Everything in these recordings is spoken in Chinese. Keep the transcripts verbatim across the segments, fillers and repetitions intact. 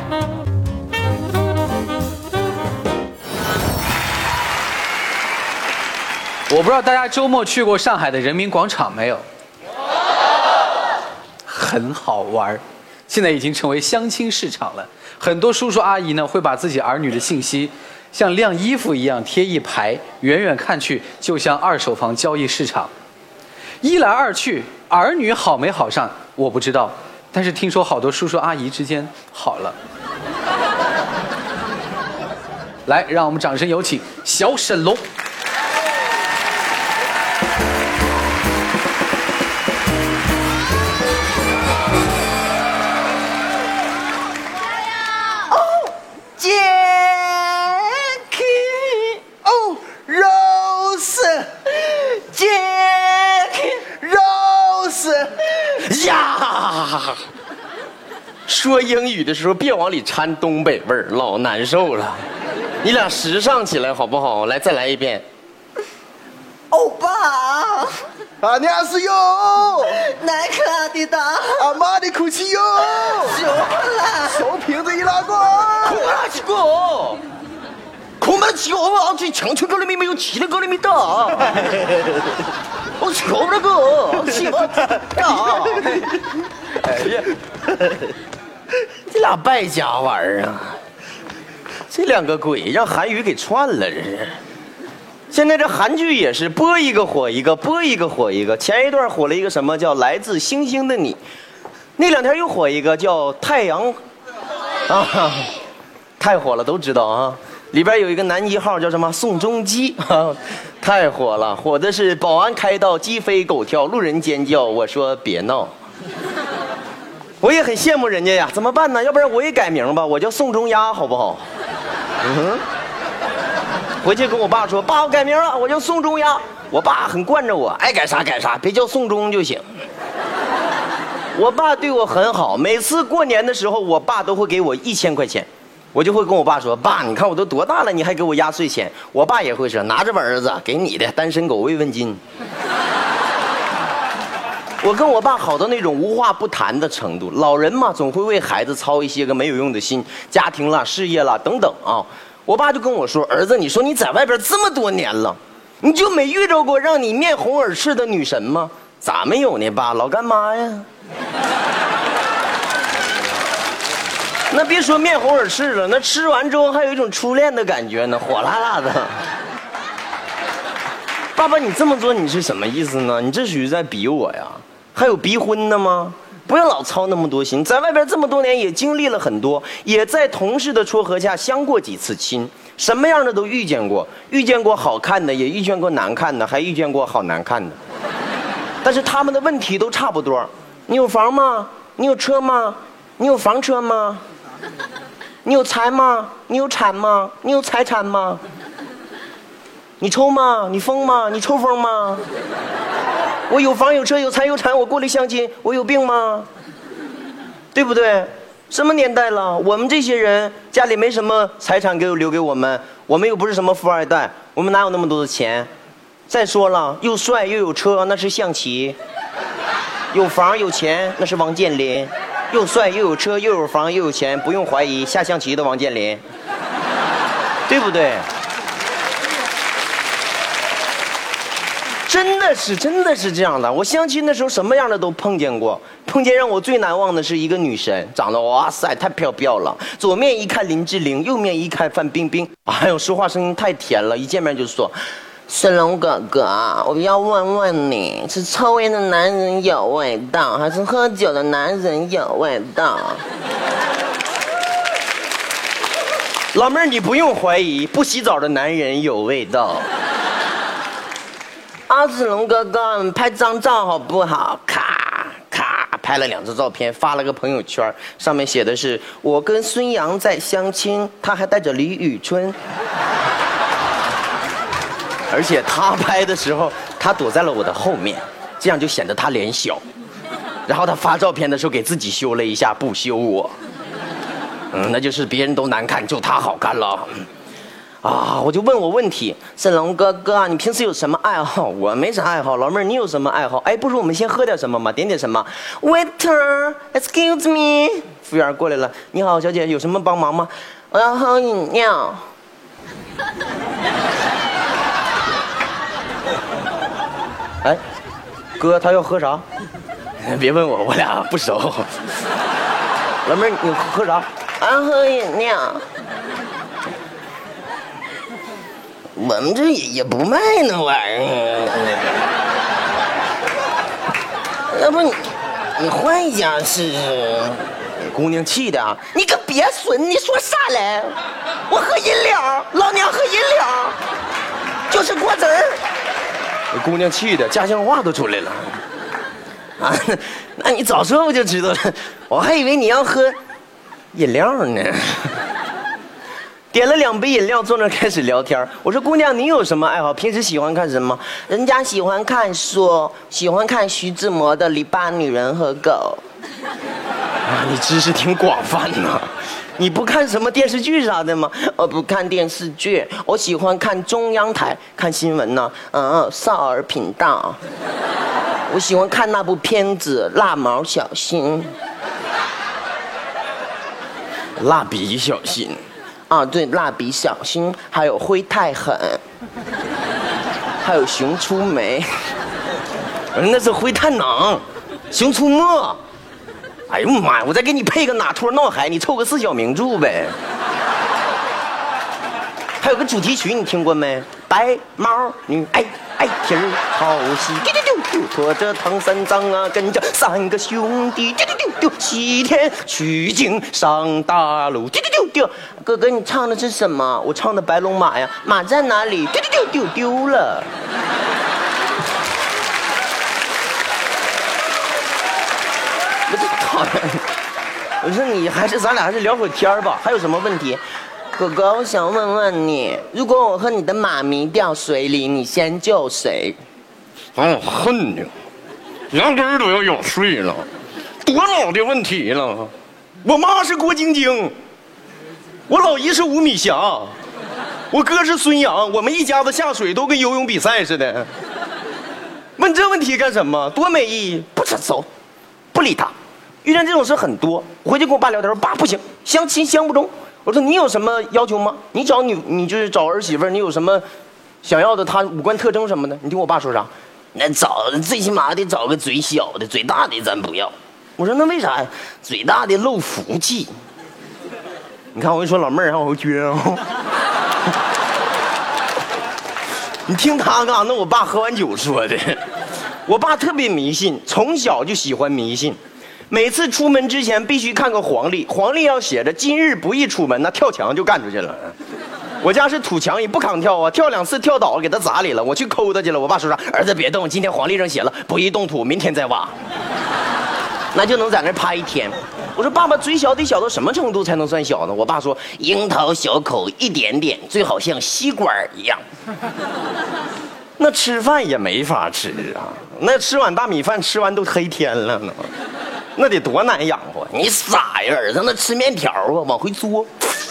我不知道大家周末去过上海的人民广场没有？很好玩，现在已经成为相亲市场了。很多叔叔阿姨呢会把自己儿女的信息像晾衣服一样贴一排，远远看去就像二手房交易市场。一来二去，儿女好没好上我不知道，但是听说好多叔叔阿姨之间好了。来，让我们掌声有请小沈龙。 说英语的时候别往里掺东北味儿，老难受了。你俩时尚起来好不好？来，再来一遍。 欧巴， 안녕하세요。 耐克阿迪达， 阿玛尼库奇哟。 久了。 쇼핑들이라고。 그만하시고 그만하시고 제 장春걸음이没有骑的걸음이다。我求那个，喜欢啊！哎呀，这俩败家玩意儿啊！这两个鬼让韩语给串了，这是。现在这韩剧也是播一个火一个，播一个火一个。前一段火了一个什么叫《来自星星的你》，那两天又火一个叫《太阳》，啊，太火了，都知道啊。里边有一个男一号叫什么宋仲基，啊，太火了，火的是保安开道，鸡飞狗跳，路人尖叫，我说别闹。我也很羡慕人家呀，怎么办呢？要不然我也改名吧，我叫宋仲鸭，好不好？嗯哼。回去跟我爸说，爸，我改名了，我叫宋仲鸭。我爸很惯着我，爱改啥改啥，别叫宋仲就行。我爸对我很好，每次过年的时候，我爸都会给我一千块钱。我就会跟我爸说，爸，你看我都多大了，你还给我压岁钱？我爸也会说，拿着吧，儿子，给你的单身狗慰问金。我跟我爸好到那种无话不谈的程度，老人嘛，总会为孩子操一些个没有用的心，家庭啦、事业啦等等啊。我爸就跟我说，儿子，你说你在外边这么多年了，你就没遇着过让你面红耳赤的女神吗？咋没有呢，爸？老干妈呀。那别说面红耳赤了，那吃完之后还有一种初恋的感觉呢，火辣辣的。爸爸，你这么做你是什么意思呢？你这属于在逼我呀？还有逼婚的吗？不要老操那么多心，在外边这么多年也经历了很多，也在同事的撮合下相过几次亲，什么样的都遇见过，遇见过好看的，也遇见过难看的，还遇见过好难看的。但是他们的问题都差不多。你有房吗？你有车吗？你有房车吗？你有财吗？你有产吗？你有财产吗？你抽吗？你疯吗？你抽风吗？我有房有车有财有产，我过来相亲，我有病吗？对不对？什么年代了？我们这些人家里没什么财产给我留给我们，我们又不是什么富二代，我们哪有那么多的钱？再说了，又帅又有车，那是象棋；有房有钱，那是王健林。又帅又有车又有房又有钱，不用怀疑，下象棋的王健林，对不对？真的是真的是这样的。我相亲的时候什么样的都碰见过，碰见让我最难忘的是一个女神，长得哇塞太飘飘了，左面一看林志玲，右面一看范冰冰，哎呦说话声音太甜了，一见面就说，沈龙哥哥，我要问问你，是抽烟的男人有味道，还是喝酒的男人有味道？老妹儿，你不用怀疑，不洗澡的男人有味道。啊，沈龙哥哥，拍张照好不好？咔咔拍了两张照片，发了个朋友圈，上面写的是我跟孙杨在相亲，他还带着李宇春。而且他拍的时候，他躲在了我的后面，这样就显得他脸小。然后他发照片的时候给自己修了一下，不修我。嗯，那就是别人都难看，就他好看了。 啊，我就问我问题，沈龙哥哥，你平时有什么爱好？我没啥爱好。老妹儿，你有什么爱好？哎，不如我们先喝点什么嘛，点点什么 ？Waiter, excuse me， 服务员过来了，你好，小姐，有什么帮忙吗？我要喝饮料。哎，哥，他要喝啥？别问我，我俩不熟。老妹儿，你喝啥？我要喝饮料。我们这也也不卖那玩意儿，要不你你换一家试试？姑娘气的啊！你可别损，你说啥嘞？我喝饮料，老娘喝饮料，就是果汁儿。姑娘气的，家乡话都出来了。啊，那你早说我就知道了，我还以为你要喝饮料呢。点了两杯饮料，坐那开始聊天。我说：“姑娘，你有什么爱好？平时喜欢看什么？”人家喜欢看书，喜欢看徐志摩的《篱笆女人和狗》。啊，你知识挺广泛呐。你不看什么电视剧啥的吗？我不看电视剧，我喜欢看中央台看新闻呢。嗯，少儿频道。我喜欢看那部片子《蜡毛小新》。蜡笔小新。啊，对，蜡笔小新，还有灰太狠，还有熊出没，那是灰太狼，熊出没。哎呦妈呀！我再给你配个哪托闹海，你凑个四小名著呗。还有个主题曲，你听过没？白毛女，哎哎，天儿好戏，丢丢丢丢，拖着唐三藏啊，跟着三个兄弟，丢丢丢丢，西天取经上大路，丢丢丢丢。哥哥，你唱的是什么？我唱的白龙马呀，马在哪里？丢丢丢丢丢了。我这讨厌！我说你还是咱俩还是聊会天吧。还有什么问题？哥哥，我想问问你，如果我和你的妈咪掉水里，你先救谁？ 哎，我恨你，牙根儿都要咬碎了，多老的问题了。我妈是郭晶晶，我老姨是吴米霞，我哥是孙杨，我们一家子下水都跟游泳比赛似的。问这问题干什么？多没意义！ 不成，走，不理他。遇见这种事很多，我回去跟我爸聊天，我爸不行，相亲相不中。我说你有什么要求吗？你找女，你就是找儿媳妇，你有什么想要的？她五官特征什么的？你听我爸说啥？那找最起码得找个嘴小的，嘴大的咱不要。我说那为啥呀？嘴大的露福气。你看我一说老妹儿，还往后撅啊。你听他干啥？那我爸喝完酒说的。我爸特别迷信，从小就喜欢迷信。每次出门之前必须看个黄历，黄历要写着今日不宜出门，那跳墙就干出去了。我家是土墙，也不抗跳啊，跳两次跳倒了，给他砸里了。我去抠他去了，我爸说啥？儿子别动，今天黄历上写了不宜动土，明天再挖。那就能在那趴一天。我说爸爸，嘴小得小到什么程度才能算小呢？我爸说樱桃小口一点点，最好像吸管一样。那吃饭也没法吃啊，那吃碗大米饭吃完都黑天了呢。那得多难养活！你傻呀，儿子，那吃面条啊，往回嘬。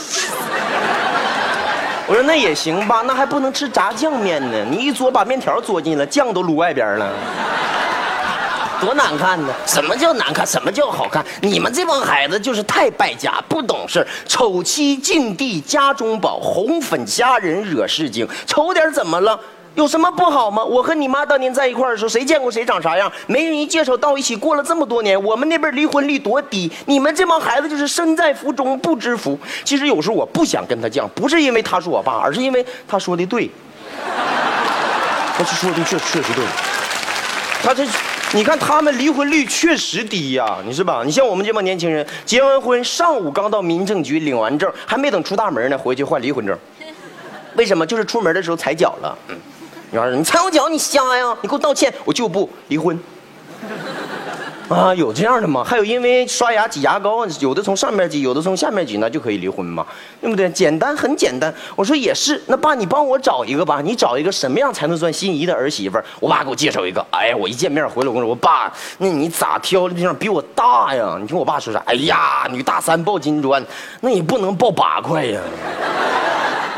我说那也行吧，那还不能吃炸酱面呢？你一嘬把面条嘬进了，酱都撸外边了，多难看呢！什么叫难看？什么叫好看？你们这帮孩子就是太败家，不懂事，丑妻近地家中宝，红粉佳人惹事精。丑点怎么了？有什么不好吗？我和你妈当年在一块儿的时候，谁见过谁长啥样？媒人一介绍到一起，过了这么多年，我们那边离婚率多低，你们这帮孩子就是身在福中不知福。其实有时候我不想跟他犟，不是因为他是我爸，而是因为他说的对。他是说的确确实对。他这，你看他们离婚率确实低呀、啊，你是吧？你像我们这帮年轻人，结完婚上午刚到民政局领完证，还没等出大门呢，回去换离婚证。为什么？就是出门的时候踩脚了。嗯。女儿，你踩我脚，你瞎呀？你给我道歉，我就不离婚。啊，有这样的吗？还有因为刷牙挤牙膏，有的从上面挤，有的从下面挤，那就可以离婚嘛，对不对？简单，很简单。我说也是，那爸，你帮我找一个吧，你找一个什么样才能算心仪的儿媳妇？我爸给我介绍一个，哎呀，我一见面回来，我跟我说，我爸，那你咋挑的对象比我大呀？你听我爸说啥？哎呀，女大三抱金砖，那也不能抱八块呀。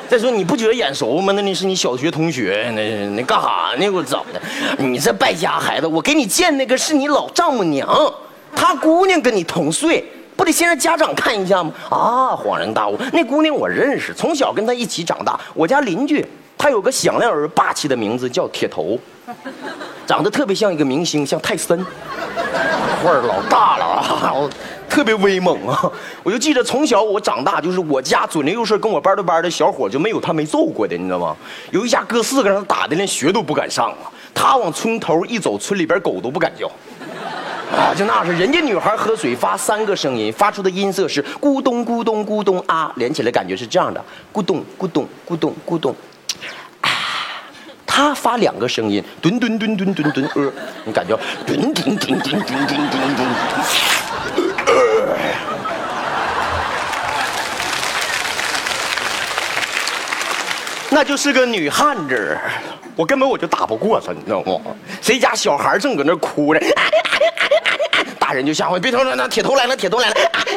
再说你不觉得眼熟吗？那那是你小学同学，那那干啥呢？给我找的，你这败家孩子！我给你见那个是你老丈母娘，她姑娘跟你同岁，不得先让家长看一下吗？啊，恍然大悟，那姑娘我认识，从小跟她一起长大，我家邻居，她有个响亮而霸气的名字叫铁头，长得特别像一个明星，像泰森，腕儿老大了啊！特别威猛啊！我就记得从小我长大，就是我家左邻右舍跟我班对班的小伙就没有他没揍过的，你知道吗？有一家哥四个让他打的连学都不敢上啊！他往村头一走，村里边狗都不敢叫。啊，就那是人家女孩喝水发三个声音，发出的音色是咕咚咕咚咕咚啊，连起来感觉是这样的，咕咚咕咚咕咚咕咚。啊，他发两个声音，吨吨吨吨吨吨呃，你感觉吨吨吨吨吨吨吨吨。那就是个女汉子，我根本我就打不过她，你知道吗？谁家小孩正搁那哭着，大人就吓坏，别头了，那铁头来了，铁头来了。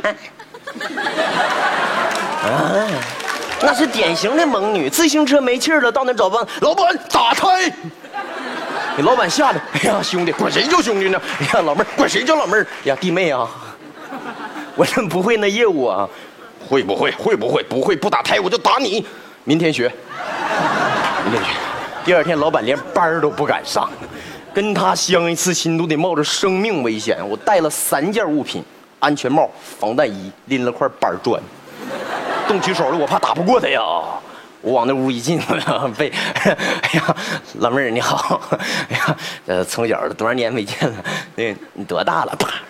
啊，那是典型的猛女，自行车没气儿了，到那找帮老板打开。给老板吓得，哎呀，兄弟，管谁叫兄弟呢？哎呀，老妹儿，管谁叫老妹儿？呀，弟妹啊，我真不会那业务啊，会不会？会不会？不会，不打胎我就打你。明天学，明天学。第二天，老板连班都不敢上，跟他相一次亲都得冒着生命危险。我带了三件物品：安全帽、防弹衣，拎了块板砖。动起手来，我怕打不过他呀。我往那屋一进，被，哎呀，老妹儿你好，哎呀，呃，从小多少年没见了，那你多大了？啪，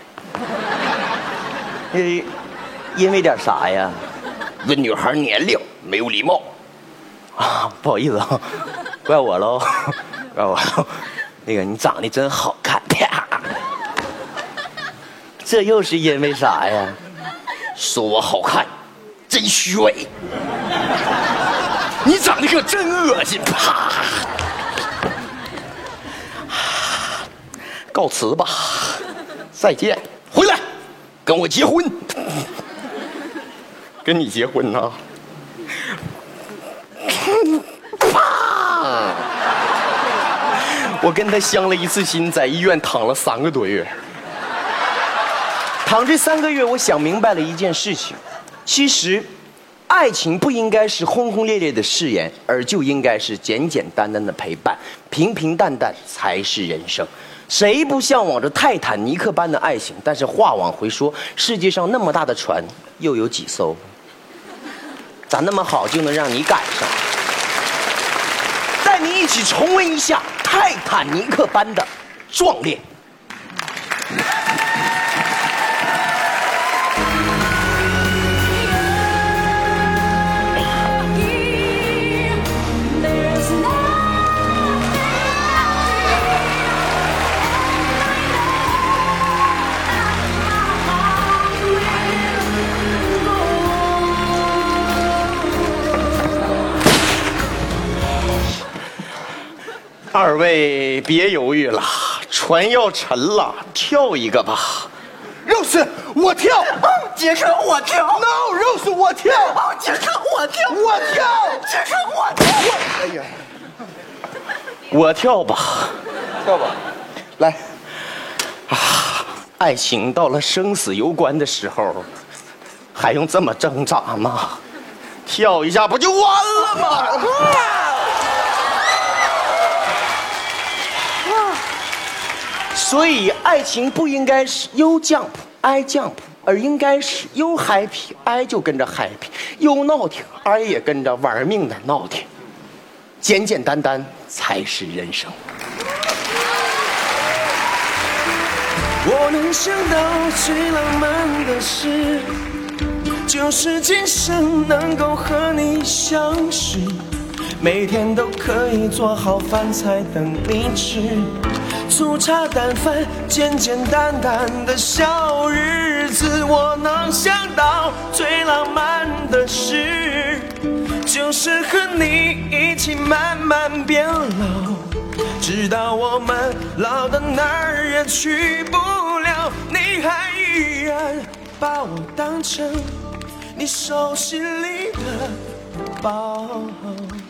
因因为点啥呀？问女孩年龄没有礼貌。啊，不好意思啊，怪我喽，怪我喽。那个你长得真好看，啪！这又是因为啥呀？说我好看，真虚伪。你长得可真恶心，啪！告辞吧，再见，回来，跟我结婚，跟你结婚呐！啪！我跟他相了一次心，在医院躺了三个多月。躺这三个月，我想明白了一件事情，其实，爱情不应该是轰轰烈烈的誓言，而就应该是简简单单的陪伴，平平淡淡才是人生。谁不向往着泰坦尼克般的爱情？但是话往回说，世界上那么大的船，又有几艘？咋那么好就能让你赶上？带你一起重温一下泰坦尼克般的壮烈。二位别犹豫了，船要沉了，跳一个吧。 Rose， 我跳。 杰克，我跳。 No，Rose， 我跳。 杰克，我跳。 我跳。 杰克，我跳。 哎呀， 我跳吧， 跳吧，来。 啊，爱情到了生死攸关的时候，还用这么挣扎吗？跳一下不就完了吗？所以，爱情不应该是忧降谱、哀降谱，而应该是忧 happy， 哀就跟着 happy， 忧闹挺，哀也跟着玩命的闹挺。简简单单才是人生。 我能想到最浪漫的事，就是今生能够和你相识，每天都可以做好饭菜等你吃。粗茶淡饭，简简单单的小日子，我能想到最浪漫的事，就是和你一起慢慢变老，直到我们老的哪儿也去不了，你还依然把我当成你手心里的抱。